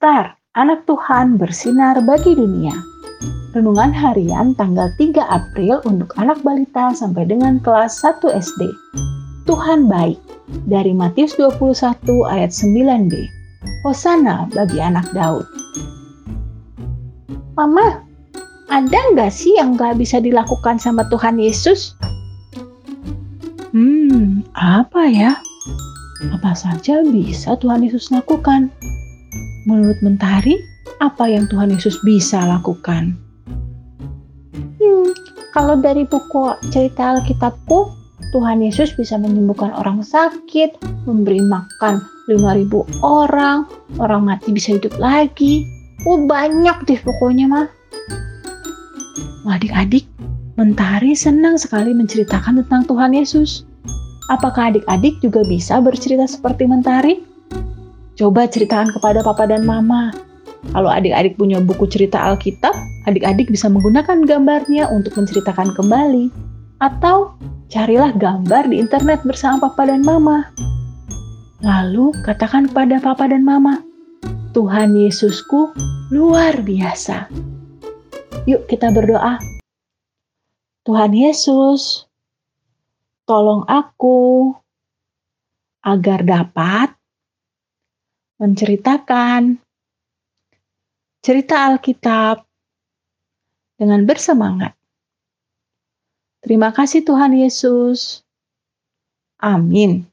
Star, anak Tuhan bersinar bagi dunia. Renungan harian tanggal 3 April untuk anak balita sampai dengan kelas 1 SD. Tuhan baik, dari Matius 21 ayat 9b. Hosana bagi anak Daud. Mama, ada nggak sih yang nggak bisa dilakukan sama Tuhan Yesus? Apa ya? Apa saja bisa Tuhan Yesus lakukan? Menurut Mentari, apa yang Tuhan Yesus bisa lakukan? Kalau dari buku cerita Alkitabku, Tuhan Yesus bisa menyembuhkan orang sakit, memberi makan 5.000 orang, orang mati bisa hidup lagi. Banyak deh pokoknya mah. Adik-adik, Mentari senang sekali menceritakan tentang Tuhan Yesus. Apakah adik-adik juga bisa bercerita seperti Mentari? Coba ceritakan kepada papa dan mama. Kalau adik-adik punya buku cerita Alkitab, adik-adik bisa menggunakan gambarnya untuk menceritakan kembali. Atau carilah gambar di internet bersama papa dan mama. Lalu katakan kepada papa dan mama, Tuhan Yesusku luar biasa. Yuk kita berdoa. Tuhan Yesus, tolong aku agar dapat menceritakan cerita Alkitab dengan bersemangat. Terima kasih Tuhan Yesus. Amin.